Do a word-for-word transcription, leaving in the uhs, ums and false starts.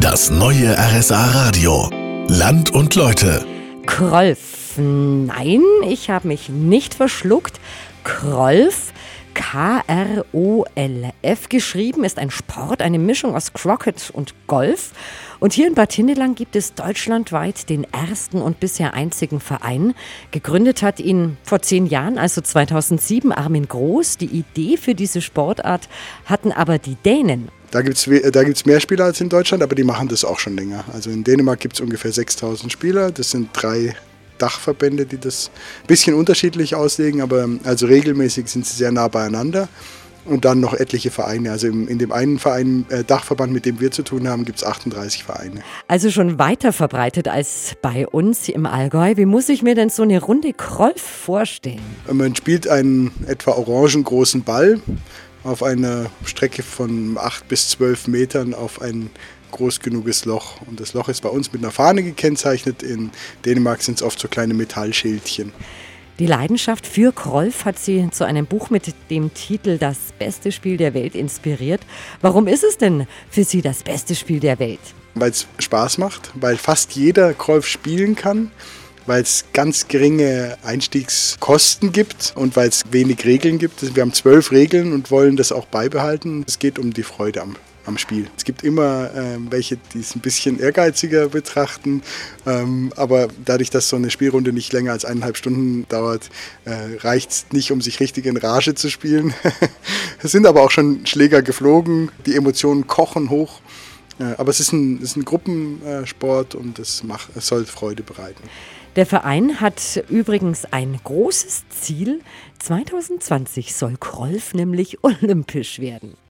Das neue R S A Radio. Land und Leute. Krolf. Nein, ich habe mich nicht verschluckt. Krolf, K R O L F geschrieben, ist ein Sport, eine Mischung aus Croquet und Golf. Und hier in Bad Hindelang gibt es deutschlandweit den ersten und bisher einzigen Verein. Gegründet hat ihn vor zehn Jahren, also zweitausendsieben, Armin Groß. Die Idee für diese Sportart hatten aber die Dänen. Da gibt es da gibt's mehr Spieler als in Deutschland, aber die machen das auch schon länger. Also in Dänemark gibt es ungefähr sechstausend Spieler. Das sind drei Dachverbände, die das ein bisschen unterschiedlich auslegen, aber also regelmäßig sind sie sehr nah beieinander. Und dann noch etliche Vereine. Also im, in dem einen Verein, äh, Dachverband, mit dem wir zu tun haben, gibt es achtunddreißig Vereine. Also schon weiter verbreitet als bei uns hier im Allgäu. Wie muss ich mir denn so eine Runde Krolf vorstellen? Man spielt einen etwa orangengroßen Ball auf einer Strecke von acht bis zwölf Metern auf ein groß genuges Loch. Und das Loch ist bei uns mit einer Fahne gekennzeichnet. In Dänemark sind es oft so kleine Metallschildchen. Die Leidenschaft für Krolf hat sie zu einem Buch mit dem Titel Das beste Spiel der Welt inspiriert. Warum ist es denn für Sie das beste Spiel der Welt? Weil es Spaß macht, weil fast jeder Krolf spielen kann, weil es ganz geringe Einstiegskosten gibt und weil es wenig Regeln gibt. Wir haben zwölf Regeln und wollen das auch beibehalten. Es geht um die Freude am am Spiel. Es gibt immer äh, welche, die es ein bisschen ehrgeiziger betrachten, ähm, aber dadurch, dass so eine Spielrunde nicht länger als eineinhalb Stunden dauert, äh, reicht es nicht, um sich richtig in Rage zu spielen. Es sind aber auch schon Schläger geflogen, die Emotionen kochen hoch, äh, aber es ist ein, es ist ein Gruppensport und es, macht, es soll Freude bereiten. Der Verein hat übrigens ein großes Ziel. zweitausendzwanzig soll Krolf nämlich olympisch werden.